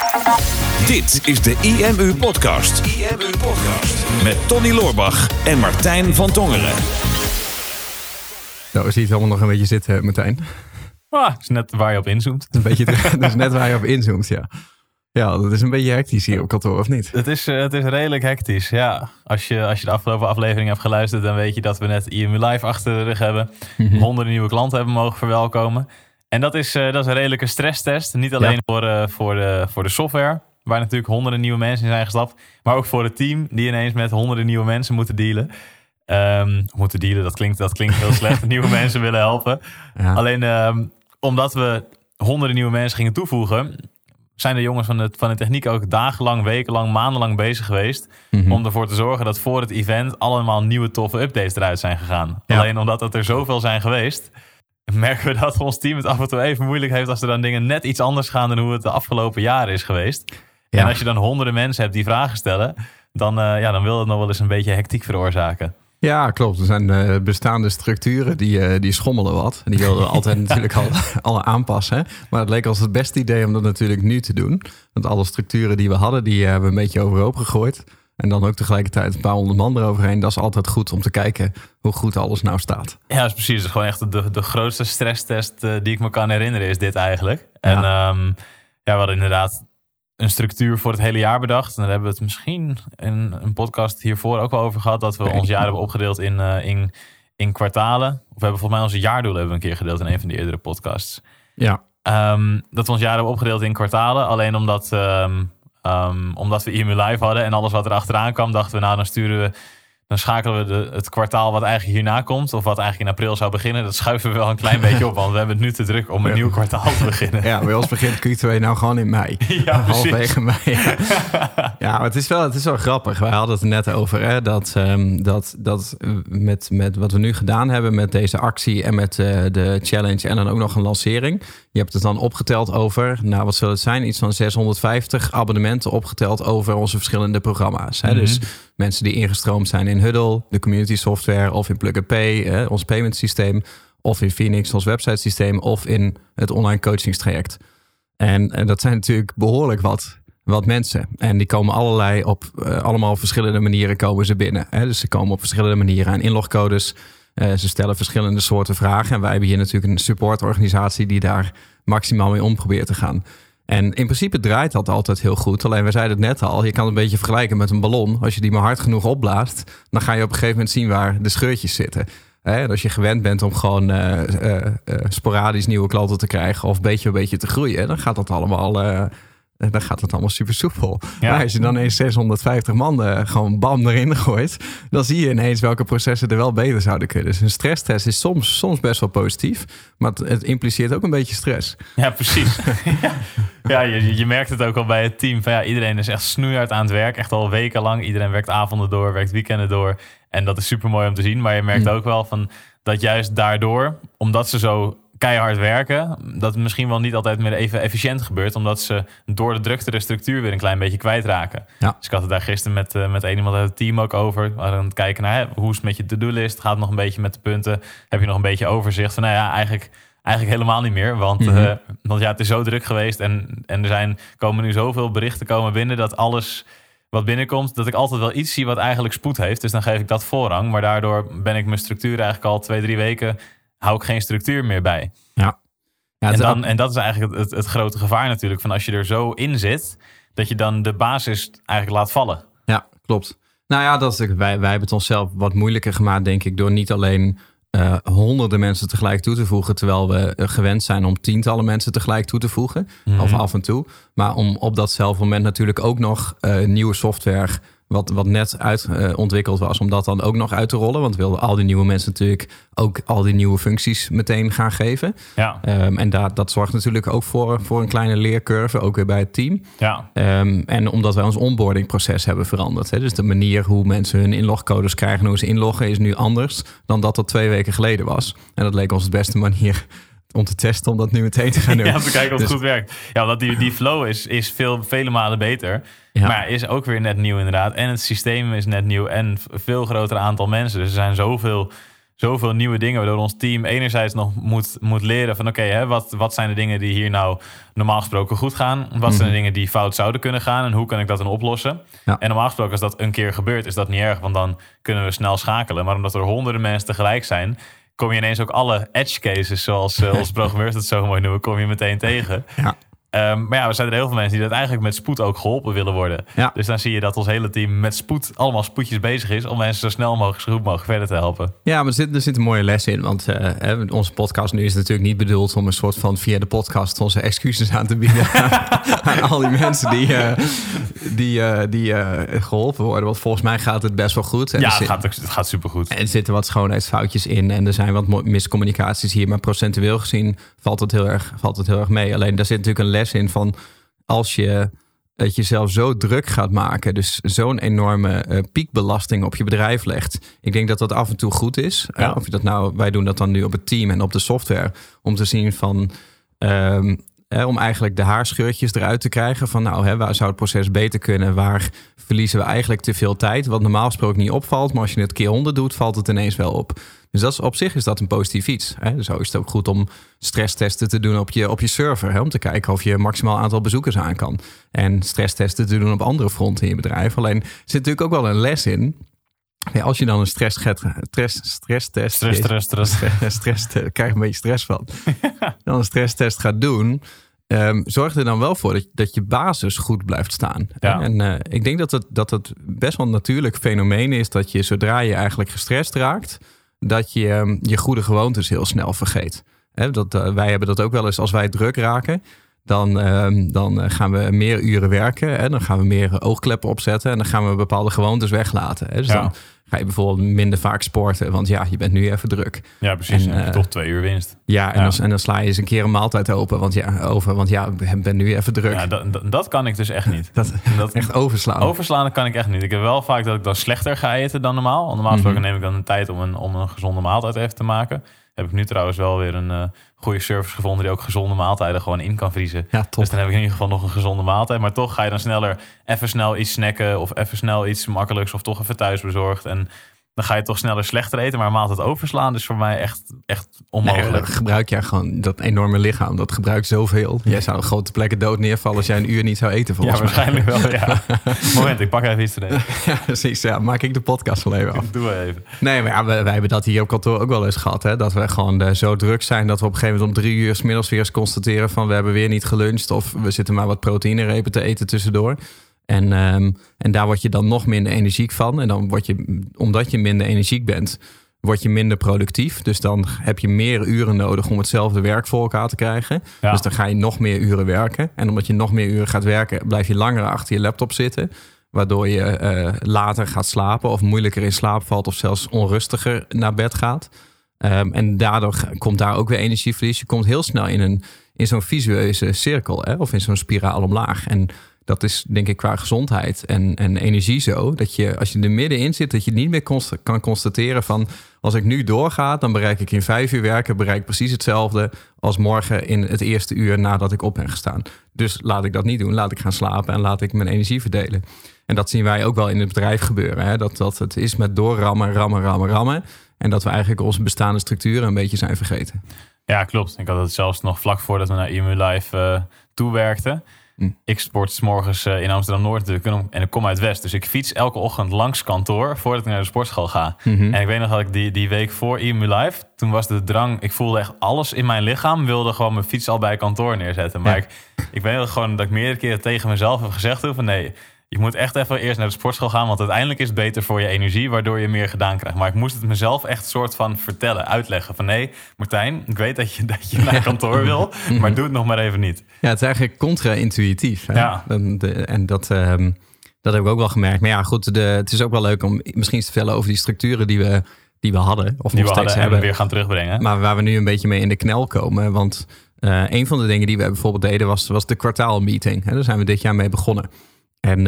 Dit is de IMU Podcast. IMU Podcast. Met Tony Loorbach en Martijn van Tongeren. Nou, we zien het allemaal nog een beetje zitten, Martijn. Dat is net waar je op inzoomt. Dat is net waar je op inzoomt, ja. Ja, dat is een beetje hectisch hier op kantoor, of niet? Het is redelijk hectisch, ja. Als je de afgelopen aflevering hebt geluisterd, dan weet je dat we net IMU Live achter de rug hebben. Mm-hmm. Honderden nieuwe klanten hebben mogen verwelkomen. En dat is een redelijke stresstest. Niet alleen voor de software, waar natuurlijk honderden nieuwe mensen in zijn gestapt. Maar ook voor het team, die ineens met honderden nieuwe mensen moeten dealen. Dat klinkt heel slecht. Nieuwe mensen willen helpen. Ja. Alleen omdat we honderden nieuwe mensen gingen toevoegen, zijn de jongens van de techniek ook dagenlang, wekenlang, maandenlang bezig geweest. Mm-hmm. Om ervoor te zorgen dat voor het event allemaal nieuwe toffe updates eruit zijn gegaan. Ja. Alleen omdat het er zoveel zijn geweest, merken we dat ons team het af en toe even moeilijk heeft als er dan dingen net iets anders gaan dan hoe het de afgelopen jaren is geweest. Ja. En als je dan honderden mensen hebt die vragen stellen, dan wil het nog wel eens een beetje hectiek veroorzaken. Ja, klopt. Er zijn bestaande structuren die schommelen wat. Die wilden we altijd natuurlijk al aanpassen. Maar het leek ons het beste idee om dat natuurlijk nu te doen. Want alle structuren die we hadden, die hebben we een beetje overhoop gegooid. En dan ook tegelijkertijd een paar honderd man eroverheen. Dat is altijd goed om te kijken hoe goed alles nou staat. Ja, dat is precies. Dat is gewoon echt de grootste stresstest die ik me kan herinneren is dit eigenlijk. Ja. En we hadden inderdaad een structuur voor het hele jaar bedacht. En daar hebben we het misschien in een podcast hiervoor ook wel over gehad. Dat we ons jaar hebben opgedeeld in kwartalen. Of we hebben volgens mij onze jaardoelen hebben we een keer gedeeld in een van die eerdere podcasts. Ja. Dat we ons jaar hebben opgedeeld in kwartalen. Alleen omdat we IMU Live hadden en alles wat er achteraan kwam, dachten we, dan schakelen we het kwartaal wat eigenlijk hierna komt, of wat eigenlijk in april zou beginnen, dat schuiven we wel een klein beetje op, want we hebben het nu te druk om een nieuw kwartaal te beginnen. Ja, bij ons begint Q2 nou gewoon in mei. Ja, halverwege mei. Ja, maar het is wel grappig. Wij hadden het er net over, hè, dat met wat we nu gedaan hebben met deze actie en met de challenge en dan ook nog een lancering. Je hebt het dan opgeteld over, wat zal het zijn? Iets van 650 abonnementen opgeteld over onze verschillende programma's. Hè? Mm-hmm. Dus mensen die ingestroomd zijn in Huddle, de community software, of in Plug & Pay, ons payment systeem, of in Phoenix, ons website systeem, of in het online coachingstraject. En dat zijn natuurlijk behoorlijk wat mensen. En die komen allemaal op verschillende manieren komen ze binnen. Hè? Dus ze komen op verschillende manieren aan inlogcodes. Ze stellen verschillende soorten vragen. En wij hebben hier natuurlijk een supportorganisatie die daar maximaal mee om probeert te gaan. En in principe draait dat altijd heel goed. Alleen we zeiden het net al, je kan het een beetje vergelijken met een ballon. Als je die maar hard genoeg opblaast, dan ga je op een gegeven moment zien waar de scheurtjes zitten. En als je gewend bent om gewoon sporadisch nieuwe klanten te krijgen of beetje bij beetje te groeien, dan gaat dat allemaal super soepel. Ja. Maar als je dan eens 650 man gewoon bam erin gooit, dan zie je ineens welke processen er wel beter zouden kunnen. Dus een stresstest is soms best wel positief, maar het impliceert ook een beetje stress. Ja, precies. Ja, je merkt het ook al bij het team. Van, iedereen is echt snoeihard aan het werk, echt al wekenlang. Iedereen werkt avonden door, werkt weekenden door. En dat is super mooi om te zien. Maar je merkt ook wel van dat juist daardoor, omdat ze zo keihard werken, dat het misschien wel niet altijd meer even efficiënt gebeurt, omdat ze door de drukte de structuur weer een klein beetje kwijtraken. Ja. Dus ik had het daar gisteren met een iemand uit het team ook over. We waren aan het kijken naar hoe is het met je to-do-list, gaat het nog een beetje met de punten, heb je nog een beetje overzicht van eigenlijk helemaal niet meer, want het is zo druk geweest en er komen nu zoveel berichten binnen dat alles wat binnenkomt, dat ik altijd wel iets zie wat eigenlijk spoed heeft. Dus dan geef ik dat voorrang, maar daardoor ben ik mijn structuur eigenlijk al 2-3 weken hou ik geen structuur meer bij. Ja. En dat is eigenlijk het grote gevaar natuurlijk, van als je er zo in zit, dat je dan de basis eigenlijk laat vallen. Ja, klopt. Nou ja, wij hebben het onszelf wat moeilijker gemaakt, denk ik, door niet alleen honderden mensen tegelijk toe te voegen, terwijl we gewend zijn om tientallen mensen tegelijk toe te voegen, of af en toe. Maar om op datzelfde moment natuurlijk ook nog nieuwe software, wat net ontwikkeld was, om dat dan ook nog uit te rollen. Want we wilden al die nieuwe mensen natuurlijk ook al die nieuwe functies meteen gaan geven. Ja. En dat zorgt natuurlijk ook voor een kleine leercurve, ook weer bij het team. Ja. En omdat wij ons onboardingproces hebben veranderd. Hè? Dus de manier hoe mensen hun inlogcodes krijgen, hoe ze inloggen, is nu anders dan dat 2 weken geleden was. En dat leek ons de beste manier om te testen, om dat nu meteen te gaan doen. Ja, om te kijken of het goed werkt. Ja, want die flow is vele malen beter. Ja. Maar is ook weer net nieuw inderdaad. En het systeem is net nieuw en veel groter aantal mensen. Dus er zijn zoveel nieuwe dingen, waardoor ons team enerzijds nog moet leren van oké, wat zijn de dingen die hier nou normaal gesproken goed gaan? Wat zijn de dingen die fout zouden kunnen gaan? En hoe kan ik dat dan oplossen? Ja. En normaal gesproken, als dat een keer gebeurt, is dat niet erg, want dan kunnen we snel schakelen. Maar omdat er honderden mensen tegelijk zijn, kom je ineens ook alle edge cases, zoals onze programmeurs het zo mooi noemen, kom je meteen tegen. Ja. Maar ja, we zijn er heel veel mensen die dat eigenlijk met spoed ook geholpen willen worden. Ja. Dus dan zie je dat ons hele team met spoed, allemaal spoedjes bezig is om mensen zo snel mogelijk, zo goed mogelijk verder te helpen. Ja, maar er zit een mooie les in. Want onze podcast nu is natuurlijk niet bedoeld om een soort van via de podcast onze excuses aan te bieden aan al die mensen die geholpen worden. Want volgens mij gaat het best wel goed. En het gaat supergoed. En er zitten wat schoonheidsfoutjes in en er zijn wat miscommunicaties hier. Maar procentueel gezien valt het heel erg mee. Alleen daar zit natuurlijk een les in van als je het jezelf zo druk gaat maken, dus zo'n enorme piekbelasting op je bedrijf legt. Ik denk dat dat af en toe goed is. Ja. Of je dat nou, wij doen dat dan nu op het team en op de software, om te zien van om eigenlijk de haarscheurtjes eruit te krijgen van waar zou het proces beter kunnen? Waar verliezen we eigenlijk te veel tijd? Wat normaal gesproken niet opvalt, maar als je het keer 100 doet, valt het ineens wel op. Dus op zich is dat een positief iets. Hè? Zo is het ook goed om stresstesten te doen op je server. Hè? Om te kijken of je maximaal aantal bezoekers aan kan. En stresstesten te doen op andere fronten in je bedrijf. Alleen er zit natuurlijk ook wel een les in. Ja, als je dan een stresstest... Daar krijg je een beetje stress van. Dan een stresstest gaat doen, zorg er dan wel voor dat je basis goed blijft staan. Ja. En ik denk dat het best wel een natuurlijk fenomeen is dat je zodra je eigenlijk gestrest raakt, dat je je goede gewoontes heel snel vergeet. Wij hebben dat ook wel eens als wij druk raken. Dan gaan we meer uren werken. En dan gaan we meer oogkleppen opzetten. En dan gaan we bepaalde gewoontes weglaten. Dus dan ga je bijvoorbeeld minder vaak sporten. Want je bent nu even druk. Ja, precies. En heb je toch 2 uur winst. En dan sla je eens een keer een maaltijd open. Want ik ben nu even druk. Ja, dat kan ik dus echt niet. Dat echt overslaan. Overslaan kan ik echt niet. Ik heb wel vaak dat ik dan slechter ga eten dan normaal. Normaal gesproken neem ik dan de tijd om een gezonde maaltijd even te maken. Heb ik nu trouwens wel weer een goede service gevonden die ook gezonde maaltijden gewoon in kan vriezen. Ja, top. Dus dan heb ik in ieder geval nog een gezonde maaltijd. Maar toch ga je dan even snel iets snacken of even snel iets makkelijks of toch even thuis bezorgd. En dan ga je toch sneller slechter eten. Maar maaltijd overslaan is voor mij echt onmogelijk. Nee, gebruik jij gewoon dat enorme lichaam. Dat gebruikt zoveel. Jij zou grote plekken dood neervallen als jij een uur niet zou eten volgens mij. Waarschijnlijk wel, ja. Moment, ik pak even iets te eten. Ja, precies. Ja, maak ik de podcast wel even af. Doe maar even. Nee, maar wij hebben dat hier op kantoor ook wel eens gehad. Hè? Dat we gewoon zo druk zijn dat we op een gegeven moment om 3 uur 's middags weer eens constateren van we hebben weer niet geluncht. Of we zitten maar wat proteïnerepen te eten tussendoor. En daar word je dan nog minder energiek van. En dan omdat je minder energiek bent, word je minder productief. Dus dan heb je meer uren nodig om hetzelfde werk voor elkaar te krijgen. Ja. Dus dan ga je nog meer uren werken. En omdat je nog meer uren gaat werken, blijf je langer achter je laptop zitten. Waardoor je later gaat slapen of moeilijker in slaap valt of zelfs onrustiger naar bed gaat. En daardoor komt daar ook weer energieverlies. Je komt heel snel in zo'n visueuze cirkel, hè? Of in zo'n spiraal omlaag. En dat is denk ik qua gezondheid en energie zo. Dat je als je er middenin zit, dat je niet meer kan constateren van als ik nu doorga, dan bereik ik in 5 uur werken, bereik precies hetzelfde als morgen in het eerste uur nadat ik op ben gestaan. Dus laat ik dat niet doen. Laat ik gaan slapen en laat ik mijn energie verdelen. En dat zien wij ook wel in het bedrijf gebeuren. Hè? Dat het is met rammen. En dat we eigenlijk onze bestaande structuren een beetje zijn vergeten. Ja, klopt. Ik had het zelfs nog vlak voordat we naar IMU Live toewerkten. Ik sport 's morgens in Amsterdam-Noord natuurlijk en ik kom uit West. Dus ik fiets elke ochtend langs kantoor voordat ik naar de sportschool ga. En ik weet nog dat ik die week voor IMU Live, toen was de drang, ik voelde echt alles in mijn lichaam, wilde gewoon mijn fiets al bij kantoor neerzetten. Maar ik weet nog gewoon dat ik meerdere keren tegen mezelf heb gezegd van nee, je moet echt even eerst naar de sportschool gaan, want uiteindelijk is het beter voor je energie, waardoor je meer gedaan krijgt. Maar ik moest het mezelf echt soort van vertellen, uitleggen van nee, Martijn, ik weet dat je naar kantoor wil, maar doe het nog maar even niet. Ja, het is eigenlijk contra-intuïtief. Hè? Ja. En dat heb ik ook wel gemerkt. Maar ja, goed, het is ook wel leuk om misschien te vertellen over die structuren die we hadden. Of die nog we steeds hebben en weer gaan terugbrengen. Maar waar we nu een beetje mee in de knel komen. Want een van de dingen die we bijvoorbeeld deden was de kwartaalmeeting. Daar zijn we dit jaar mee begonnen. En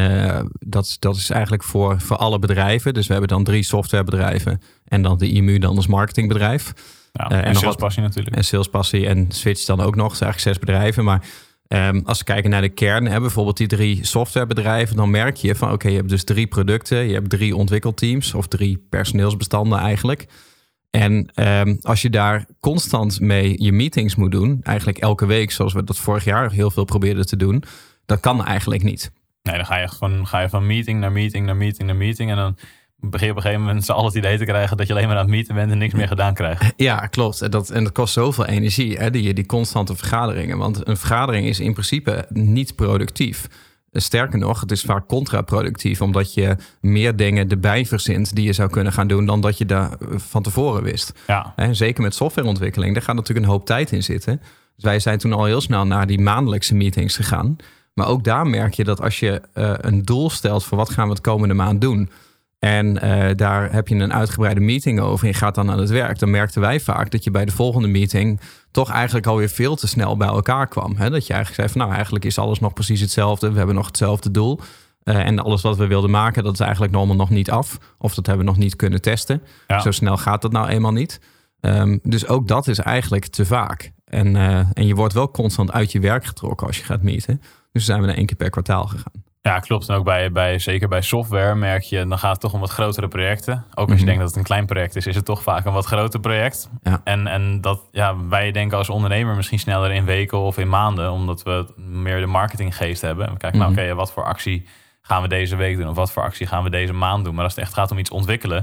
dat is eigenlijk voor alle bedrijven. Dus we hebben dan 3 softwarebedrijven. En dan de IMU dan als marketingbedrijf. Ja, en salespassie natuurlijk. En salespassie en Switch dan ook nog. Dat zijn eigenlijk 6 bedrijven. Maar als we kijken naar de kern, bijvoorbeeld die 3 softwarebedrijven, dan merk je van oké, je hebt dus 3 producten. Je hebt 3 ontwikkelteams of 3 personeelsbestanden eigenlijk. En als je daar constant mee je meetings moet doen, eigenlijk elke week, zoals we dat vorig jaar heel veel probeerden te doen, dat kan eigenlijk niet. Nee, dan ga je van meeting naar meeting naar meeting naar meeting. En dan begin je op een gegeven moment z'n allen het idee te krijgen dat je alleen maar aan het meeten bent en niks meer gedaan krijgt. Ja, klopt. En dat kost zoveel energie, hè, die constante vergaderingen. Want een vergadering is in principe niet productief. Sterker nog, het is vaak contraproductief, omdat je meer dingen erbij verzint die je zou kunnen gaan doen dan dat je daar van tevoren wist. Ja. En zeker met softwareontwikkeling, daar gaat natuurlijk een hoop tijd in zitten. Dus wij zijn toen al heel snel naar die maandelijkse meetings gegaan. Maar ook daar merk je dat als je een doel stelt voor wat gaan we het komende maand doen, en daar heb je een uitgebreide meeting over en je gaat dan aan het werk, dan merkten wij vaak dat je bij de volgende meeting toch eigenlijk alweer veel te snel bij elkaar kwam. Hè? Dat je eigenlijk zei van nou, eigenlijk is alles nog precies hetzelfde. We hebben nog hetzelfde doel. En alles wat we wilden maken, dat is eigenlijk allemaal nog niet af. Of dat hebben we nog niet kunnen testen. Ja. Zo snel gaat dat nou eenmaal niet. Dus ook dat is eigenlijk te vaak. En je wordt wel constant uit je werk getrokken als je gaat meeten. Dus zijn we naar 1 keer per kwartaal gegaan. Ja, klopt. En ook zeker bij software merk je, dan gaat het toch om wat grotere projecten. Ook als je denkt dat het een klein project is het toch vaak een wat groter project. Ja. En dat, wij denken als ondernemer misschien sneller in weken of in maanden, omdat we meer de marketinggeest hebben. En we kijken, wat voor actie gaan we deze week doen? Of wat voor actie gaan we deze maand doen? Maar als het echt gaat om iets ontwikkelen,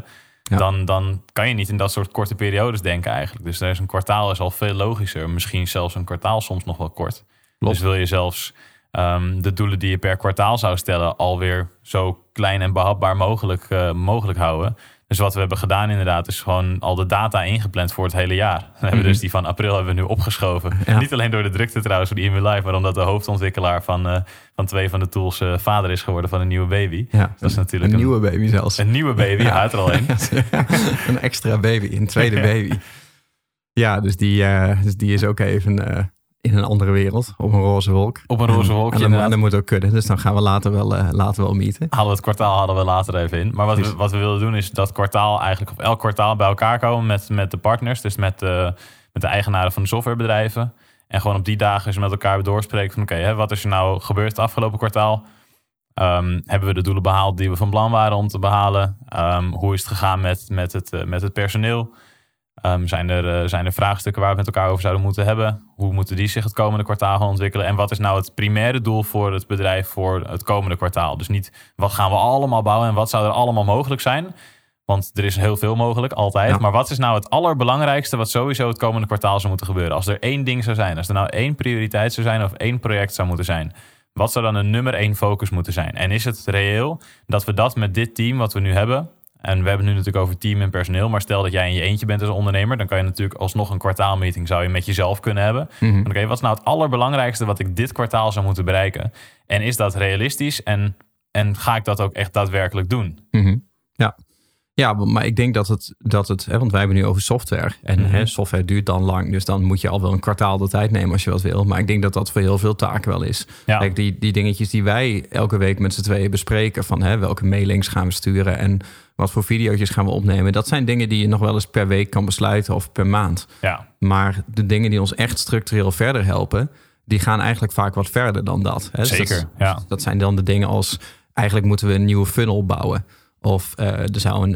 dan kan je niet in dat soort korte periodes denken eigenlijk. Dus er is een kwartaal is al veel logischer. Misschien zelfs een kwartaal soms nog wel kort. Klopt. Dus wil je zelfs de doelen die je per kwartaal zou stellen alweer zo klein en behapbaar mogelijk houden. Dus wat we hebben gedaan inderdaad is gewoon al de data ingepland voor het hele jaar. Dan hebben we dus die van april hebben we nu opgeschoven. Ja. Niet alleen door de drukte trouwens voor die InWeLive, maar omdat de hoofdontwikkelaar van 2 van de tools vader is geworden van een nieuwe baby. Ja, dat is natuurlijk een nieuwe baby zelfs. Een nieuwe baby, hij had er al een. Een extra baby, een tweede baby. Ja, dus die is ook even in een andere wereld, op een roze wolk. Op een roze wolk, en dat moet ook kunnen. Dus dan gaan we later wel meeten. Het kwartaal hadden we later even in. Maar wat we wilden doen is dat kwartaal eigenlijk, of elk kwartaal bij elkaar komen met de partners. Dus met de eigenaren van de softwarebedrijven. En gewoon op die dagen eens met elkaar doorspreken van oké, wat is er nou gebeurd het afgelopen kwartaal? Hebben we de doelen behaald die we van plan waren om te behalen? Hoe is het gegaan met het personeel? Zijn er vraagstukken waar we het met elkaar over zouden moeten hebben? Hoe moeten die zich het komende kwartaal gaan ontwikkelen? En wat is nou het primaire doel voor het bedrijf voor het komende kwartaal? Dus niet wat gaan we allemaal bouwen en wat zou er allemaal mogelijk zijn? Want er is heel veel mogelijk, altijd. Ja. Maar wat is nou het allerbelangrijkste wat sowieso het komende kwartaal zou moeten gebeuren? Als er 1 ding zou zijn, als er nou 1 prioriteit zou zijn of 1 project zou moeten zijn, wat zou dan een nummer 1 focus moeten zijn? En is het reëel dat we dat met dit team wat we nu hebben, en we hebben het nu natuurlijk over team en personeel, maar stel dat jij in je eentje bent als ondernemer, dan kan je natuurlijk alsnog een kwartaalmeeting zou je met jezelf kunnen hebben. Mm-hmm. Oké, wat is nou het allerbelangrijkste wat ik dit kwartaal zou moeten bereiken? En is dat realistisch en ga ik dat ook echt daadwerkelijk doen? Mm-hmm. Ja, maar ik denk dat het want wij hebben nu over software. En software duurt dan lang. Dus dan moet je al wel een kwartaal de tijd nemen als je wat wil. Maar ik denk dat dat voor heel veel taken wel is. Ja. Kijk, die dingetjes die wij elke week met z'n tweeën bespreken. Van welke mailings gaan we sturen en wat voor video's gaan we opnemen. Dat zijn dingen die je nog wel eens per week kan besluiten of per maand. Ja. Maar de dingen die ons echt structureel verder helpen, die gaan eigenlijk vaak wat verder dan dat. Hè? Zeker, dus dat zijn dan de dingen als, eigenlijk moeten we een nieuwe funnel bouwen. Of er zou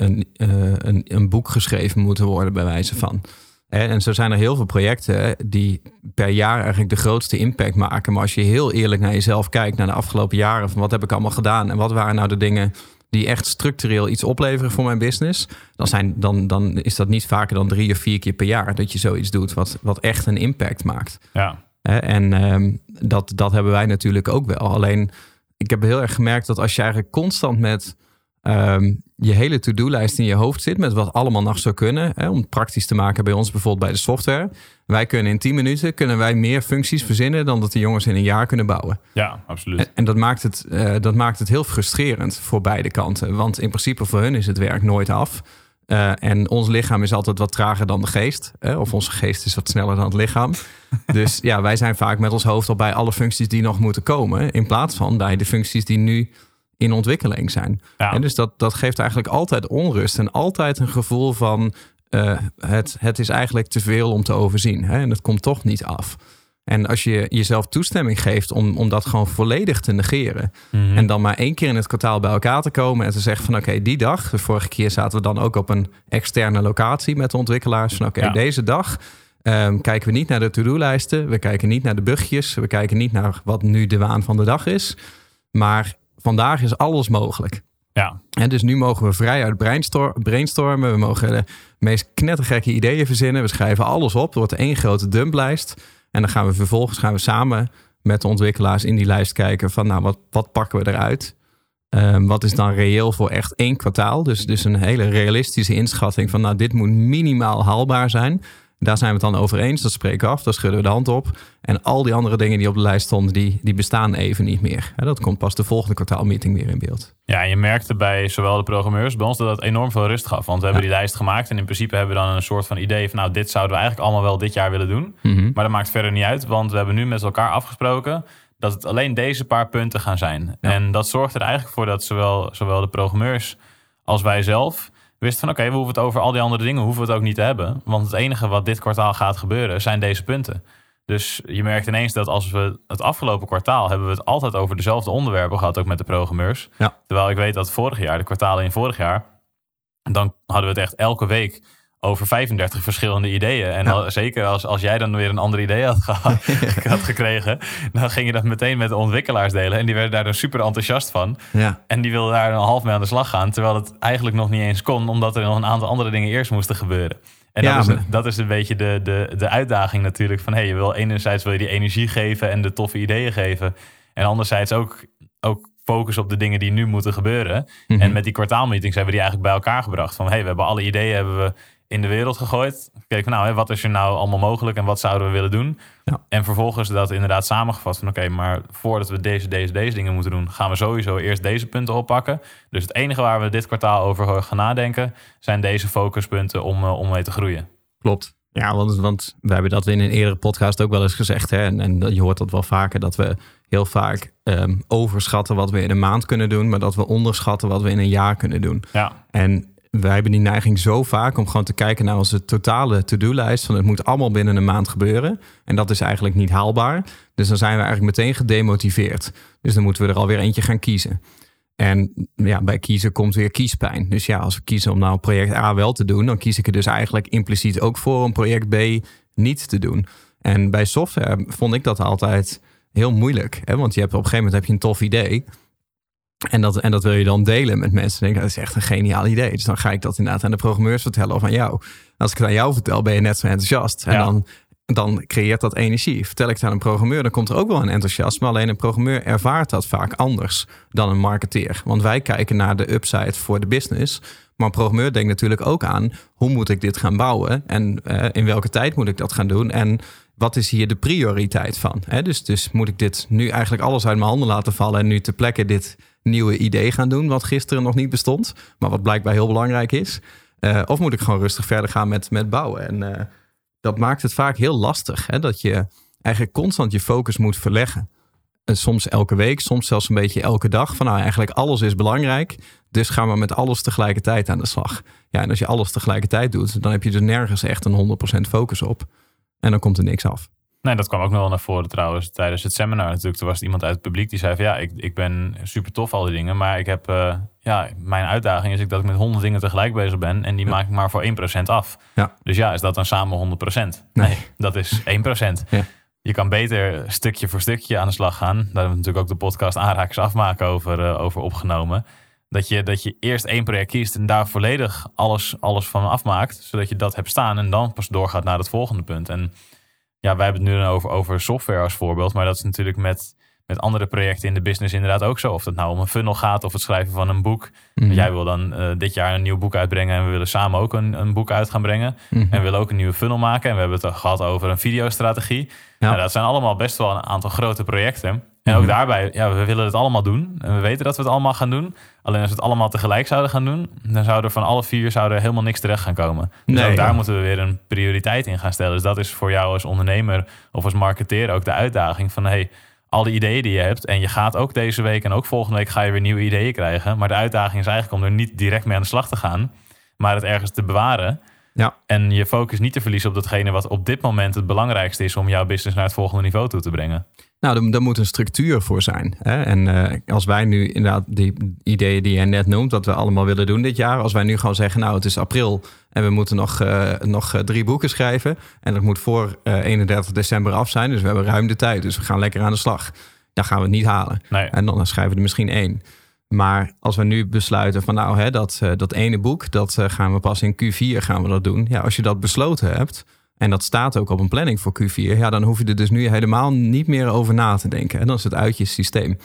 een boek geschreven moeten worden bij wijze van. En zo zijn er heel veel projecten die per jaar eigenlijk de grootste impact maken. Maar als je heel eerlijk naar jezelf kijkt, naar de afgelopen jaren, van wat heb ik allemaal gedaan en wat waren nou de dingen die echt structureel iets opleveren voor mijn business, dan is dat niet vaker dan 3 of 4 keer per jaar dat je zoiets doet wat echt een impact maakt. Ja. En dat hebben wij natuurlijk ook wel. Alleen, ik heb heel erg gemerkt dat als je eigenlijk constant met je hele to-do-lijst in je hoofd zit met wat allemaal nog zou kunnen, om het praktisch te maken bij ons bijvoorbeeld bij de software. Wij kunnen in 10 minuten meer functies verzinnen dan dat de jongens in een jaar kunnen bouwen. Ja, absoluut. En dat maakt het heel frustrerend voor beide kanten. Want in principe voor hun is het werk nooit af. En ons lichaam is altijd wat trager dan de geest. Of onze geest is wat sneller dan het lichaam. Dus ja, wij zijn vaak met ons hoofd al bij alle functies die nog moeten komen, in plaats van bij de functies die nu in ontwikkeling zijn. Ja. En dus dat geeft eigenlijk altijd onrust en altijd een gevoel van het is eigenlijk te veel om te overzien. Hè? En het komt toch niet af. En als je jezelf toestemming geeft om dat gewoon volledig te negeren. Mm-hmm. En dan maar 1 keer in het kwartaal bij elkaar te komen en te zeggen van oké, die dag. De vorige keer zaten we dan ook op een externe locatie met de ontwikkelaars. Van deze dag kijken we niet naar de to-do-lijsten. We kijken niet naar de bugjes. We kijken niet naar wat nu de waan van de dag is. Maar vandaag is alles mogelijk. Ja. En dus nu mogen we vrij uit brainstormen. We mogen de meest knettergekke ideeën verzinnen. We schrijven alles op. Er wordt 1 grote dumplijst. En dan gaan we vervolgens samen met de ontwikkelaars in die lijst kijken van wat pakken we eruit? Wat is dan reëel voor echt 1 kwartaal? Dus een hele realistische inschatting van dit moet minimaal haalbaar zijn. Daar zijn we het dan over eens. Dat spreken we af. Daar schudden we de hand op. En al die andere dingen die op de lijst stonden, die bestaan even niet meer. Dat komt pas de volgende kwartaalmeeting weer in beeld. Ja, en je merkte bij zowel de programmeurs bij ons dat enorm veel rust gaf. Want we hebben die lijst gemaakt. En in principe hebben we dan een soort van idee van dit zouden we eigenlijk allemaal wel dit jaar willen doen. Mm-hmm. Maar dat maakt verder niet uit. Want we hebben nu met elkaar afgesproken dat het alleen deze paar punten gaan zijn. Ja. En dat zorgt er eigenlijk voor dat zowel de programmeurs als wij zelf wisten van we hoeven het over al die andere dingen hoeven we het ook niet te hebben. Want het enige wat dit kwartaal gaat gebeuren zijn deze punten. Dus je merkt ineens dat als we het afgelopen kwartaal hebben we het altijd over dezelfde onderwerpen gehad, ook met de programmeurs. Ja. Terwijl ik weet dat vorig jaar, de kwartalen in vorig jaar, dan hadden we het echt elke week over 35 verschillende ideeën. En zeker als jij dan weer een ander idee had gekregen, dan ging je dat meteen met de ontwikkelaars delen. En die werden daar dan super enthousiast van. Ja. En die wilden daar een half mee aan de slag gaan. Terwijl het eigenlijk nog niet eens kon, omdat er nog een aantal andere dingen eerst moesten gebeuren. En dat is een beetje de uitdaging natuurlijk. Van je wil enerzijds wil je die energie geven en de toffe ideeën geven. En anderzijds ook focus op de dingen die nu moeten gebeuren. Mm-hmm. En met die kwartaalmeetings hebben we die eigenlijk bij elkaar gebracht. Van we hebben alle ideeën in de wereld gegooid. Kijk, wat is er nou allemaal mogelijk en wat zouden we willen doen? Ja. En vervolgens dat inderdaad samengevat van maar voordat we deze dingen moeten doen, gaan we sowieso eerst deze punten oppakken. Dus het enige waar we dit kwartaal over gaan nadenken zijn deze focuspunten om mee te groeien. Klopt. Ja, want we hebben dat in een eerdere podcast ook wel eens gezegd. Hè? En je hoort dat wel vaker, dat we heel vaak overschatten wat we in een maand kunnen doen, maar dat we onderschatten wat we in een jaar kunnen doen. Ja. En wij hebben die neiging zo vaak om gewoon te kijken naar onze totale to-do-lijst. Van het moet allemaal binnen een maand gebeuren. En dat is eigenlijk niet haalbaar. Dus dan zijn we eigenlijk meteen gedemotiveerd. Dus dan moeten we er alweer eentje gaan kiezen. En bij kiezen komt weer kiespijn. Dus als we kiezen om nou project A wel te doen, dan kies ik er dus eigenlijk impliciet ook voor om project B niet te doen. En bij software vond ik dat altijd heel moeilijk. Hè? Want op een gegeven moment heb je een tof idee. En dat wil je dan delen met mensen. Dan denk ik, dat is echt een geniaal idee. Dus dan ga ik dat inderdaad aan de programmeurs vertellen of aan jou. Als ik het aan jou vertel, ben je net zo enthousiast. En dan creëert dat energie. Vertel ik het aan een programmeur, dan komt er ook wel een enthousiasme. Alleen een programmeur ervaart dat vaak anders dan een marketeer. Want wij kijken naar de upside voor de business. Maar een programmeur denkt natuurlijk ook aan, hoe moet ik dit gaan bouwen? En in welke tijd moet ik dat gaan doen? En wat is hier de prioriteit van? Dus moet ik dit nu eigenlijk alles uit mijn handen laten vallen en nu ter plekke dit nieuwe idee gaan doen, wat gisteren nog niet bestond, maar wat blijkbaar heel belangrijk is? Of moet ik gewoon rustig verder gaan met bouwen? En dat maakt het vaak heel lastig, dat je eigenlijk constant je focus moet verleggen. Soms elke week, soms zelfs een beetje elke dag. Van eigenlijk alles is belangrijk, dus gaan we met alles tegelijkertijd aan de slag. Ja, en als je alles tegelijkertijd doet, dan heb je dus nergens echt een 100% focus op. En dan komt er niks af. Nee, dat kwam ook nog wel naar voren trouwens tijdens het seminar natuurlijk. Toen was er iemand uit het publiek die zei van ik ben super tof al die dingen. Maar ik heb, mijn uitdaging is dat ik met 100 dingen tegelijk bezig ben. En die maak ik maar voor 1% af. Ja. Dus is dat dan samen 100%? Nee, dat is 1%. Ja. Je kan beter stukje voor stukje aan de slag gaan. Daar hebben we natuurlijk ook de podcast Aanrakers Afmaken over opgenomen. Dat je eerst 1 project kiest en daar volledig alles van afmaakt. Zodat je dat hebt staan en dan pas doorgaat naar het volgende punt. En wij hebben het nu dan over software als voorbeeld. Maar dat is natuurlijk met andere projecten in de business inderdaad ook zo. Of dat nou om een funnel gaat of het schrijven van een boek. Mm-hmm. Jij wil dan dit jaar een nieuw boek uitbrengen. En we willen samen ook een boek uit gaan brengen. Mm-hmm. En we willen ook een nieuwe funnel maken. En we hebben het gehad over een videostrategie. Ja. Nou, dat zijn allemaal best wel een aantal grote projecten. En ook daarbij, we willen het allemaal doen. En we weten dat we het allemaal gaan doen. Alleen als we het allemaal tegelijk zouden gaan doen, dan zou er van alle 4 helemaal niks terecht gaan komen. Dus ook daar moeten we weer een prioriteit in gaan stellen. Dus dat is voor jou als ondernemer of als marketeer ook de uitdaging van al die ideeën die je hebt. En je gaat ook deze week en ook volgende week ga je weer nieuwe ideeën krijgen. Maar de uitdaging is eigenlijk om er niet direct mee aan de slag te gaan, maar het ergens te bewaren. Ja. En je focus niet te verliezen op datgene wat op dit moment het belangrijkste is om jouw business naar het volgende niveau toe te brengen. Nou, daar moet een structuur voor zijn. Hè? En als wij nu inderdaad die ideeën die jij net noemt, dat we allemaal willen doen dit jaar. Als wij nu gewoon zeggen, nou het is april en we moeten nog 3 boeken schrijven. En dat moet voor 31 december af zijn. Dus we hebben ruim de tijd. Dus we gaan lekker aan de slag. Dan gaan we het niet halen. Nee. En dan schrijven we er misschien 1. Maar als we nu besluiten van nou, dat ene boek, dat gaan we pas in Q4 gaan we dat doen. Ja, als je dat besloten hebt en dat staat ook op een planning voor Q4, ja, dan hoef je er dus nu helemaal niet meer over na te denken. En dan is het uit je systeem.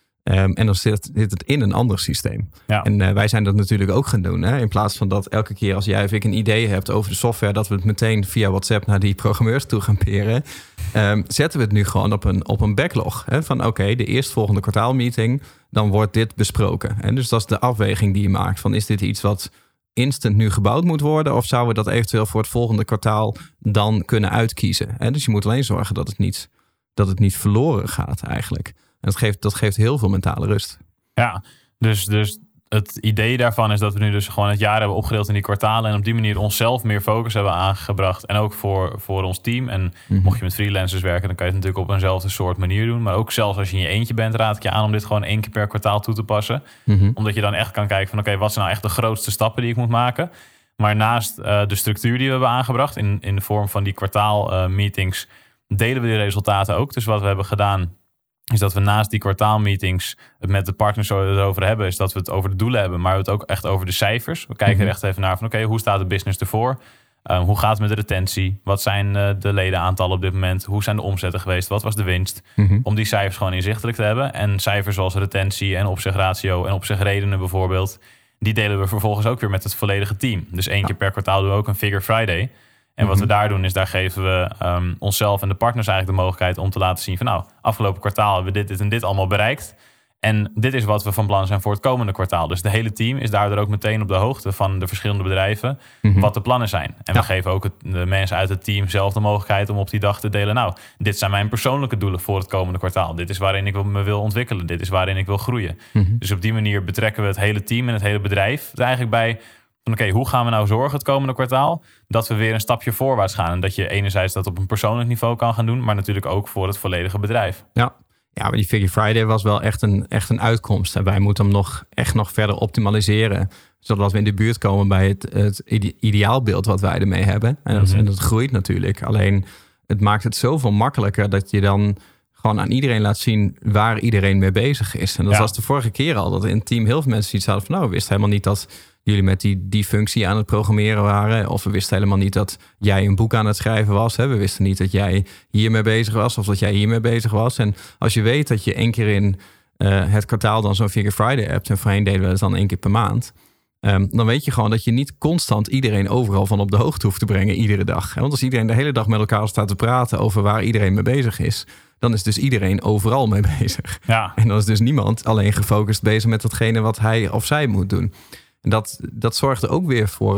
En dan zit het in een ander systeem. Ja. En wij zijn dat natuurlijk ook gaan doen. Hè? In plaats van dat elke keer als jij of ik een idee hebt over de software, dat we het meteen via WhatsApp naar die programmeurs toe gaan peren. Zetten we het nu gewoon op een backlog. Hè? Van oké, de eerstvolgende kwartaalmeeting, dan wordt dit besproken. En dus dat is de afweging die je maakt. Van is dit iets wat instant nu gebouwd moet worden? Of zouden we dat eventueel voor het volgende kwartaal dan kunnen uitkiezen? En dus je moet alleen zorgen dat het niet verloren gaat eigenlijk. En dat geeft heel veel mentale rust. Ja, dus het idee daarvan is dat we nu dus gewoon het jaar hebben opgedeeld in die kwartalen. En op die manier onszelf meer focus hebben aangebracht. En ook voor ons team. En mocht je met freelancers werken, dan kan je het natuurlijk op eenzelfde soort manier doen. Maar ook zelfs als je in je eentje bent, raad ik je aan om dit gewoon 1 keer per kwartaal toe te passen. Omdat je dan echt kan kijken van oké, wat zijn nou echt de grootste stappen die ik moet maken? Maar naast de structuur die we hebben aangebracht in de vorm van die kwartaalmeetings, delen we die resultaten ook. Dus wat we hebben gedaan is dat we naast die kwartaalmeetings het met de partners erover hebben, is dat we het over de doelen hebben, maar we het ook echt over de cijfers. We kijken er echt even naar van oké, hoe staat de business ervoor? Hoe gaat het met de retentie? Wat zijn de ledenaantallen op dit moment? Hoe zijn de omzetten geweest? Wat was de winst? Om die cijfers gewoon inzichtelijk te hebben. En cijfers zoals retentie en opzegratio en opzegredenen bijvoorbeeld, die delen we vervolgens ook weer met het volledige team. Dus 1 keer per kwartaal doen we ook een Figure Friday. En wat we daar doen is, daar geven we onszelf en de partners eigenlijk de mogelijkheid om te laten zien van nou, afgelopen kwartaal hebben we dit en dit allemaal bereikt. En dit is wat we van plan zijn voor het komende kwartaal. Dus het hele team is daardoor ook meteen op de hoogte van de verschillende bedrijven wat de plannen zijn. En we geven ook de mensen uit het team zelf de mogelijkheid om op die dag te delen. Nou, dit zijn mijn persoonlijke doelen voor het komende kwartaal. Dit is waarin ik me wil ontwikkelen. Dit is waarin ik wil groeien. Dus op die manier betrekken we het hele team en het hele bedrijf er eigenlijk bij. Oké, hoe gaan we nou zorgen het komende kwartaal dat we weer een stapje voorwaarts gaan? En dat je enerzijds dat op een persoonlijk niveau kan gaan doen, maar natuurlijk ook voor het volledige bedrijf. Ja, maar die Figure Friday was wel echt een uitkomst. En wij moeten hem nog verder optimaliseren, zodat we in de buurt komen bij het ideaalbeeld wat wij ermee hebben. En dat groeit natuurlijk. Alleen het maakt het zoveel makkelijker dat je dan gewoon aan iedereen laat zien waar iedereen mee bezig is. En dat was de vorige keer al, dat in het team heel veel mensen iets hadden van nou, we wisten helemaal niet dat jullie met die functie aan het programmeren waren. Of we wisten helemaal niet dat jij een boek aan het schrijven was. Hè? We wisten niet dat jij hiermee bezig was of dat jij hiermee bezig was. En als je weet dat je 1 keer in het kwartaal dan zo'n Figure Friday hebt, en voorheen deden we het dan 1 keer per maand, dan weet je gewoon dat je niet constant iedereen overal van op de hoogte hoeft te brengen iedere dag. Want als iedereen de hele dag met elkaar staat te praten over waar iedereen mee bezig is, dan is dus iedereen overal mee bezig. Ja. En dan is dus niemand alleen gefocust bezig met datgene wat hij of zij moet doen. En dat zorgde ook weer voor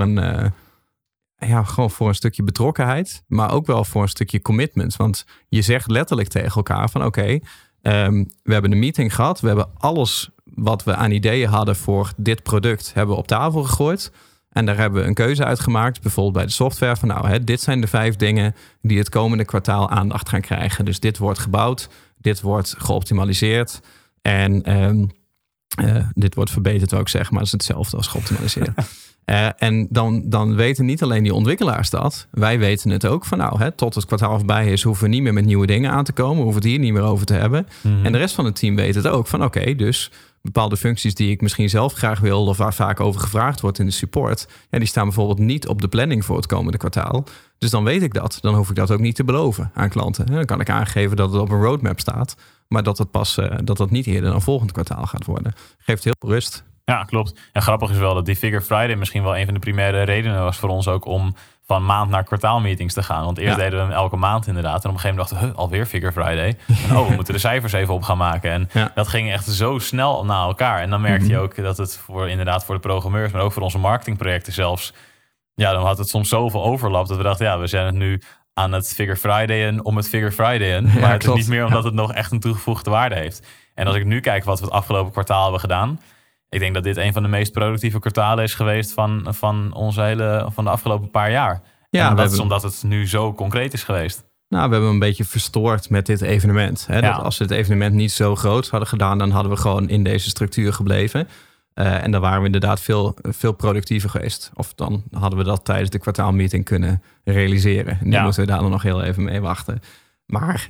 gewoon voor een stukje betrokkenheid, maar ook wel voor een stukje commitment. Want je zegt letterlijk tegen elkaar van oké, we hebben een meeting gehad. We hebben alles wat we aan ideeën hadden voor dit product hebben we op tafel gegooid. En daar hebben we een keuze uit gemaakt. Bijvoorbeeld bij de software van nou, dit zijn de 5 dingen die het komende kwartaal aandacht gaan krijgen. Dus dit wordt gebouwd, dit wordt geoptimaliseerd en dit wordt verbeterd, wil ik zeggen, maar dat is hetzelfde als geoptimaliseerd. En dan weten niet alleen die ontwikkelaars dat. Wij weten het ook van nou, tot het kwartaal voorbij is, hoeven we niet meer met nieuwe dingen aan te komen. Hoeven het hier niet meer over te hebben. En de rest van het team weet het ook van oké, dus bepaalde functies die ik misschien zelf graag wil of waar vaak over gevraagd wordt in de support, die staan bijvoorbeeld niet op de planning voor het komende kwartaal. Dus dan weet ik dat. Dan hoef ik dat ook niet te beloven aan klanten. Dan kan ik aangeven dat het op een roadmap staat, maar dat het niet eerder dan volgend kwartaal gaat worden. Geeft heel veel rust. Ja, klopt. En grappig is wel dat die Figure Friday misschien wel een van de primaire redenen was voor ons ook om van maand naar kwartaalmeetings te gaan. Want eerst deden we hem elke maand inderdaad. En op een gegeven moment dachten we, alweer Figure Friday. En we moeten de cijfers even op gaan maken. En dat ging echt zo snel naar elkaar. En dan merkte je ook dat het voor de programmeurs, maar ook voor onze marketingprojecten zelfs, dan had het soms zoveel overlap dat we dachten, we zijn het nu aan het Figure Friday om het Figure Friday. Maar het is niet meer omdat het nog echt een toegevoegde waarde heeft. En als ik nu kijk wat we het afgelopen kwartaal hebben gedaan, ik denk dat dit een van de meest productieve kwartalen is geweest van de afgelopen paar jaar. Ja, dat is omdat het nu zo concreet is geweest. Nou, we hebben een beetje verstoord met dit evenement. Hè? Dat als we het evenement niet zo groot hadden gedaan, dan hadden we gewoon in deze structuur gebleven. En dan waren we inderdaad veel productiever geweest. Of dan hadden we dat tijdens de kwartaalmeeting kunnen realiseren. Nu moeten we daar dan nog heel even mee wachten. Maar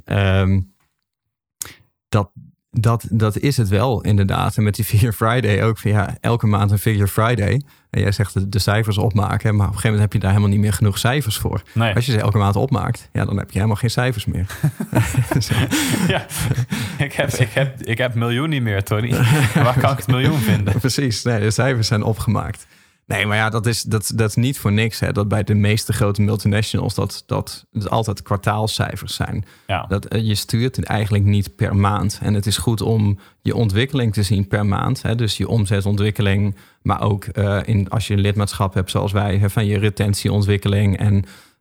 dat is het wel inderdaad. En met die Figure Friday ook. Elke maand een Figure Friday. En jij zegt de cijfers opmaken. Maar op een gegeven moment heb je daar helemaal niet meer genoeg cijfers voor. Nee. Als je ze elke maand opmaakt, dan heb je helemaal geen cijfers meer. Ja, ik heb miljoen niet meer, Tony. Waar kan ik het miljoen vinden? Precies, nee, de cijfers zijn opgemaakt. Nee, maar ja, dat is niet voor niks. Hè. Dat bij de meeste grote multinationals dat het altijd kwartaalcijfers zijn. Ja. Je stuurt het eigenlijk niet per maand. En het is goed om je ontwikkeling te zien per maand. Hè. Dus je omzetontwikkeling, maar ook als je een lidmaatschap hebt zoals wij, van je retentieontwikkeling en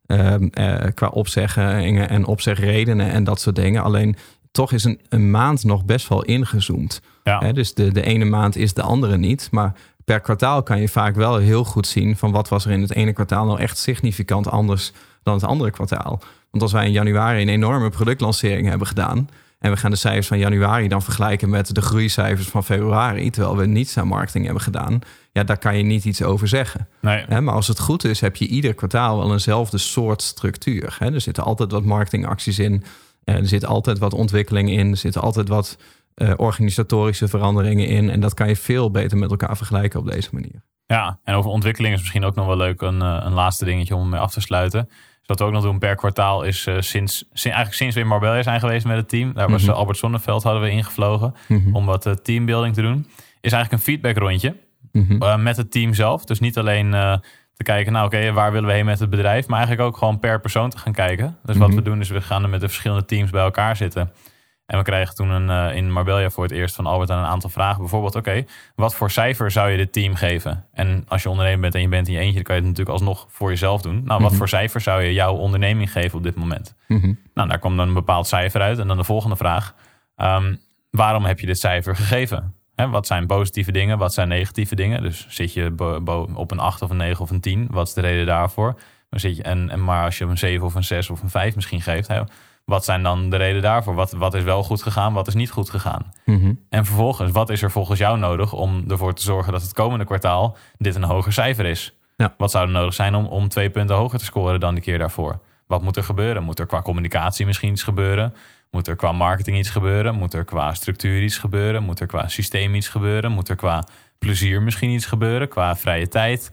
qua opzeggingen en opzegredenen en dat soort dingen. Alleen toch is een maand nog best wel ingezoomd. Ja. Hè. Dus de ene maand is de andere niet, maar per kwartaal kan je vaak wel heel goed zien van wat was er in het ene kwartaal nou echt significant anders dan het andere kwartaal. Want als wij in januari een enorme productlancering hebben gedaan en we gaan de cijfers van januari dan vergelijken met de groeicijfers van februari, terwijl we niets aan marketing hebben gedaan, daar kan je niet iets over zeggen. Nee. Maar als het goed is, heb je ieder kwartaal wel eenzelfde soort structuur. Er zitten altijd wat marketingacties in, er zit altijd wat ontwikkeling in, er zitten altijd wat organisatorische veranderingen in. En dat kan je veel beter met elkaar vergelijken op deze manier. Ja, en over ontwikkeling is misschien ook nog wel leuk. Een laatste dingetje om mee af te sluiten. Dus wat we ook nog doen per kwartaal is sinds we in Marbella zijn geweest met het team. Daar was Albert Sonneveld hadden we ingevlogen om wat teambuilding te doen. Is eigenlijk een feedbackrondje met het team zelf. Dus niet alleen te kijken, waar willen we heen met het bedrijf. Maar eigenlijk ook gewoon per persoon te gaan kijken. Dus wat we doen is we gaan er met de verschillende teams bij elkaar zitten. En we kregen toen in Marbella voor het eerst van Albert een aantal vragen. Bijvoorbeeld, wat voor cijfer zou je dit team geven? En als je ondernemer bent en je bent in je eentje, dan kan je het natuurlijk alsnog voor jezelf doen. Nou, wat voor cijfer zou je jouw onderneming geven op dit moment? Nou, daar kwam dan een bepaald cijfer uit. En dan de volgende vraag. Waarom heb je dit cijfer gegeven? Wat zijn positieve dingen? Wat zijn negatieve dingen? Dus zit je op een 8 of een 9 of een 10? Wat is de reden daarvoor? Maar als je een 7 of een 6 of een 5 misschien geeft, wat zijn dan de reden daarvoor? Wat is wel goed gegaan? Wat is niet goed gegaan? En vervolgens, wat is er volgens jou nodig om ervoor te zorgen dat het komende kwartaal dit een hoger cijfer is? Ja. Wat zou er nodig zijn om 2 punten hoger te scoren dan de keer daarvoor? Wat moet er gebeuren? Moet er qua communicatie misschien iets gebeuren? Moet er qua marketing iets gebeuren? Moet er qua structuur iets gebeuren? Moet er qua systeem iets gebeuren? Moet er qua plezier misschien iets gebeuren? Qua vrije tijd?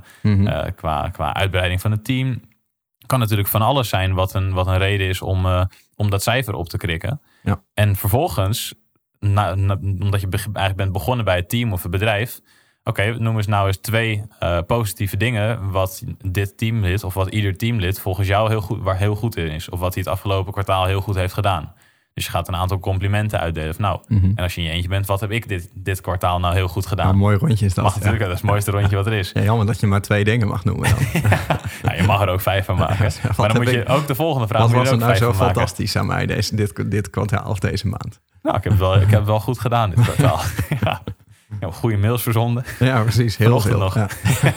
Qua uitbreiding van het team? Kan natuurlijk van alles zijn wat een reden is om dat cijfer op te krikken. Ja. En vervolgens, omdat je eigenlijk bent begonnen bij het team of het bedrijf. Noem eens nou eens 2 positieve dingen wat dit teamlid of wat ieder teamlid volgens jou heel goed in is. Of wat hij het afgelopen kwartaal heel goed heeft gedaan. Dus je gaat een aantal complimenten uitdelen. En als je in je eentje bent, wat heb ik dit kwartaal nou heel goed gedaan? Een mooi rondje is dat. Natuurlijk, dat is het mooiste rondje wat er is. Ja, jammer dat je maar 2 dingen mag noemen dan. Je mag er ook 5 van maken. Maar dan moet je ook de volgende vraag. Wat was er nou zo fantastisch fantastisch aan mij dit kwartaal of deze maand? Nou, ik heb het wel goed gedaan dit kwartaal. Ik heb goede mails verzonden. Ja, precies. Heel veel. Nog. Ja.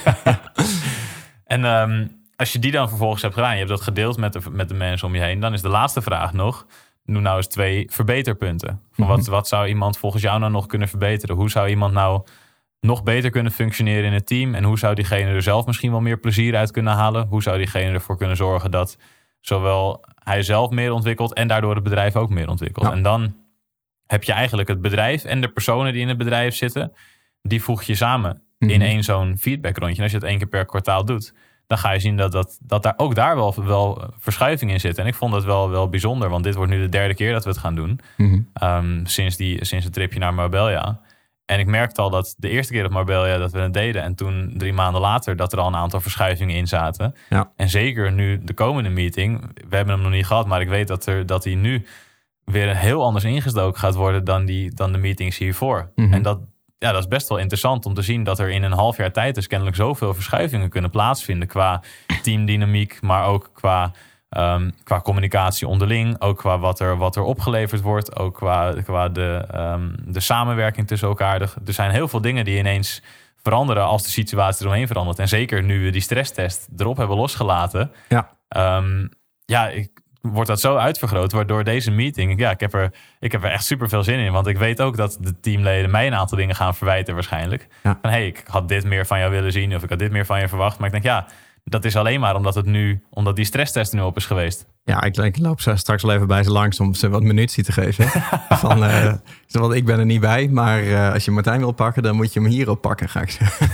En als je die dan vervolgens hebt gedaan, je hebt dat gedeeld met de mensen om je heen, dan is de laatste vraag nog, noem nou eens 2 verbeterpunten. Wat zou iemand volgens jou nou nog kunnen verbeteren? Hoe zou iemand nou nog beter kunnen functioneren in het team? En hoe zou diegene er zelf misschien wel meer plezier uit kunnen halen? Hoe zou diegene ervoor kunnen zorgen dat zowel hij zelf meer ontwikkelt en daardoor het bedrijf ook meer ontwikkelt? Ja. En dan heb je eigenlijk het bedrijf en de personen die in het bedrijf zitten, die voeg je samen in één zo'n feedbackrondje. En als je het 1 keer per kwartaal doet, dan ga je zien dat daar ook daar wel verschuiving in zit. En ik vond dat wel bijzonder, want dit wordt nu de 3e keer dat we het gaan doen. Sinds het tripje naar Marbella. En ik merkte al dat de eerste keer op Marbella dat we het deden, en toen 3 maanden later dat er al een aantal verschuivingen in zaten. Ja. En zeker nu de komende meeting, we hebben hem nog niet gehad, maar ik weet dat hij nu weer heel anders ingestoken gaat worden dan de meetings hiervoor. En dat is best wel interessant om te zien dat er in een half jaar tijd dus kennelijk zoveel verschuivingen kunnen plaatsvinden qua teamdynamiek, maar ook qua Qua communicatie onderling, ook qua wat er opgeleverd wordt. Ook qua de samenwerking tussen elkaar. Er zijn heel veel dingen die ineens veranderen als de situatie eromheen verandert. En zeker nu we die stresstest erop hebben losgelaten. Ja. Wordt dat zo uitvergroot, waardoor deze meeting... Ja, ik heb er echt super veel zin in. Want ik weet ook dat de teamleden mij een aantal dingen gaan verwijten waarschijnlijk. Ja. Van ik had dit meer van jou willen zien of ik had dit meer van je verwacht. Maar ik denk, dat is alleen maar omdat die stresstest er nu op is geweest. Ja, ik loop straks wel even bij ze langs om ze wat munitie te geven. Want ik ben er niet bij, maar als je Martijn wil pakken, dan moet je hem hierop pakken, ga ik zeggen.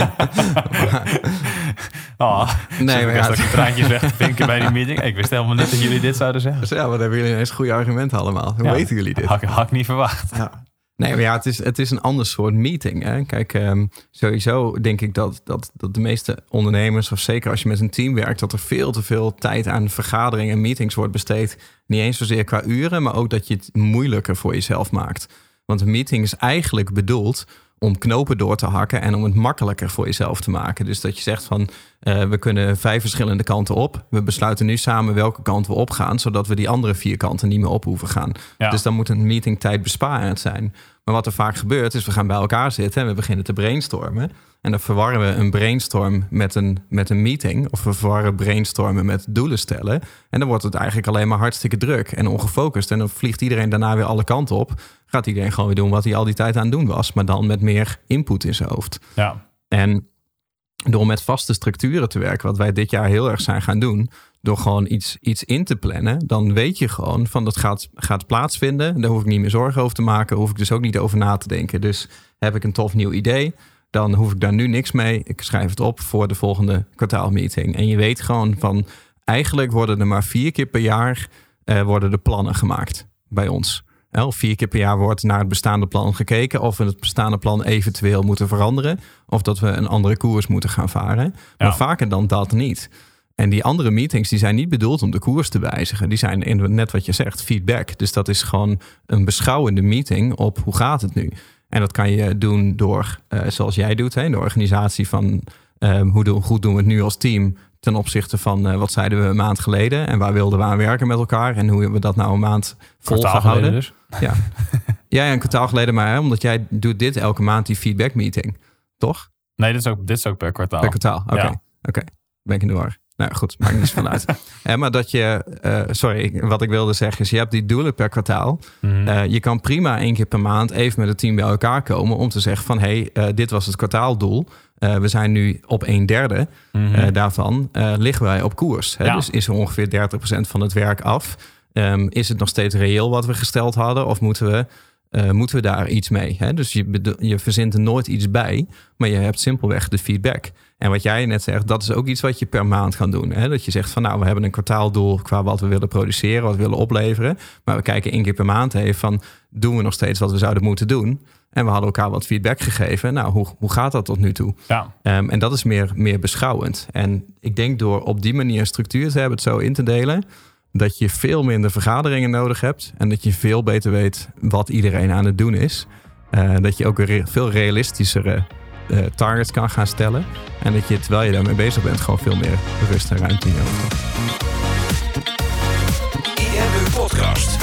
Nee, maar ik traantjes weg te vinken bij die meeting. Ik wist helemaal niet dat jullie dit zouden zeggen. Dus wat hebben jullie ineens goede argumenten allemaal? Hoe weten jullie dit? Had ik niet verwacht. Ja. Nee, maar het is een ander soort meeting. Hè? Kijk, sowieso denk ik dat de meeste ondernemers, of zeker als je met een team werkt, dat er veel te veel tijd aan vergaderingen en meetings wordt besteed. Niet eens zozeer qua uren, maar ook dat je het moeilijker voor jezelf maakt. Want een meeting is eigenlijk bedoeld om knopen door te hakken en om het makkelijker voor jezelf te maken. Dus dat je zegt van, we kunnen 5 verschillende kanten op. We besluiten nu samen welke kant we opgaan, zodat we die andere 4 kanten niet meer op hoeven gaan. Ja. Dus dan moet een meeting tijdbesparend zijn. Maar wat er vaak gebeurt is, we gaan bij elkaar zitten en we beginnen te brainstormen. En dan verwarren we een brainstorm met een meeting. Of we verwarren brainstormen met doelen stellen. En dan wordt het eigenlijk alleen maar hartstikke druk en ongefocust. En dan vliegt iedereen daarna weer alle kanten op. Gaat iedereen gewoon weer doen wat hij al die tijd aan het doen was. Maar dan met meer input in zijn hoofd. Ja. En door met vaste structuren te werken, wat wij dit jaar heel erg zijn gaan doen, door gewoon iets in te plannen, dan weet je gewoon van dat gaat plaatsvinden. Daar hoef ik niet meer zorgen over te maken. Hoef ik dus ook niet over na te denken. Dus heb ik een tof nieuw idee, dan hoef ik daar nu niks mee. Ik schrijf het op voor de volgende kwartaalmeeting. En je weet gewoon van, eigenlijk worden er maar 4 keer per jaar worden de plannen gemaakt bij ons. 4 keer per jaar wordt naar het bestaande plan gekeken, of we het bestaande plan eventueel moeten veranderen, of dat we een andere koers moeten gaan varen. Maar vaker dan dat niet. En die andere meetings die zijn niet bedoeld om de koers te wijzigen. Die zijn, net wat je zegt, feedback. Dus dat is gewoon een beschouwende meeting op hoe gaat het nu. En dat kan je doen door, zoals jij doet, de organisatie van hoe goed doen we het nu als team ten opzichte van wat zeiden we een maand geleden en waar wilden we aan werken met elkaar en hoe hebben we dat nou een maand volgehouden. Dus. Ja, een kwartaal geleden, maar omdat jij doet dit elke maand, die feedback meeting, toch? Nee, dit is ook per kwartaal. Per kwartaal, oké. Ben ik in de war. Nou goed, maakt niets van uit. Maar dat je, wat ik wilde zeggen is, je hebt die doelen per kwartaal. Mm-hmm. Je kan prima 1 keer per maand even met het team bij elkaar komen om te zeggen van, dit was het kwartaaldoel. We zijn nu op 1/3 daarvan. Liggen wij op koers. Hè? Ja. Dus is er ongeveer 30% van het werk af. Is het nog steeds reëel wat we gesteld hadden? Of moeten we daar iets mee? Hè? Dus je verzint er nooit iets bij, maar je hebt simpelweg de feedback. En wat jij net zegt, dat is ook iets wat je per maand kan doen. Hè? Dat je zegt van, we hebben een kwartaaldoel qua wat we willen produceren, wat we willen opleveren. Maar we kijken 1 keer per maand even van, doen we nog steeds wat we zouden moeten doen? En we hadden elkaar wat feedback gegeven. Nou, hoe gaat dat tot nu toe? Ja. En dat is meer beschouwend. En ik denk door op die manier structuur te hebben, het zo in te delen, dat je veel minder vergaderingen nodig hebt. En dat je veel beter weet wat iedereen aan het doen is. Dat je ook veel realistischere targets kan gaan stellen. En dat je, terwijl je daarmee bezig bent, gewoon veel meer rust en ruimte in je hoofd hebt. IMU Podcast.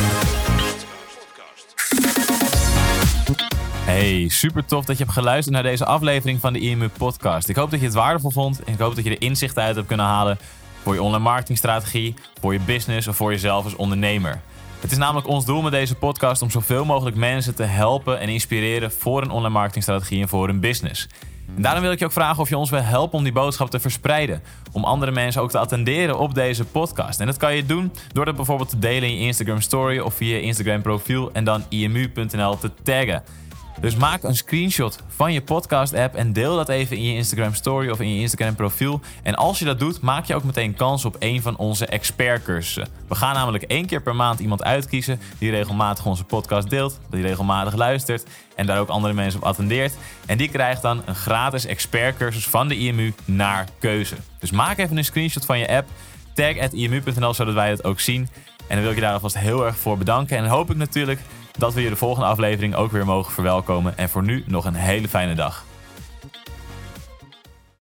Hey, super tof dat je hebt geluisterd naar deze aflevering van de IMU Podcast. Ik hoop dat je het waardevol vond en ik hoop dat je er inzichten uit hebt kunnen halen voor je online marketingstrategie, voor je business of voor jezelf als ondernemer. Het is namelijk ons doel met deze podcast om zoveel mogelijk mensen te helpen en inspireren voor een online marketingstrategie en voor hun business. En daarom wil ik je ook vragen of je ons wil helpen om die boodschap te verspreiden. Om andere mensen ook te attenderen op deze podcast. En dat kan je doen door dat bijvoorbeeld te delen in je Instagram story of via je Instagram profiel en dan imu.nl te taggen. Dus maak een screenshot van je podcast app en deel dat even in je Instagram story of in je Instagram profiel. En als je dat doet, maak je ook meteen kans op een van onze expertcursussen. We gaan namelijk 1 keer per maand iemand uitkiezen die regelmatig onze podcast deelt, die regelmatig luistert en daar ook andere mensen op attendeert. En die krijgt dan een gratis expertcursus van de IMU naar keuze. Dus maak even een screenshot van je app, tag @imu.nl zodat wij het ook zien. En dan wil ik je daar alvast heel erg voor bedanken. En dan hoop ik natuurlijk dat we je de volgende aflevering ook weer mogen verwelkomen. En voor nu nog een hele fijne dag.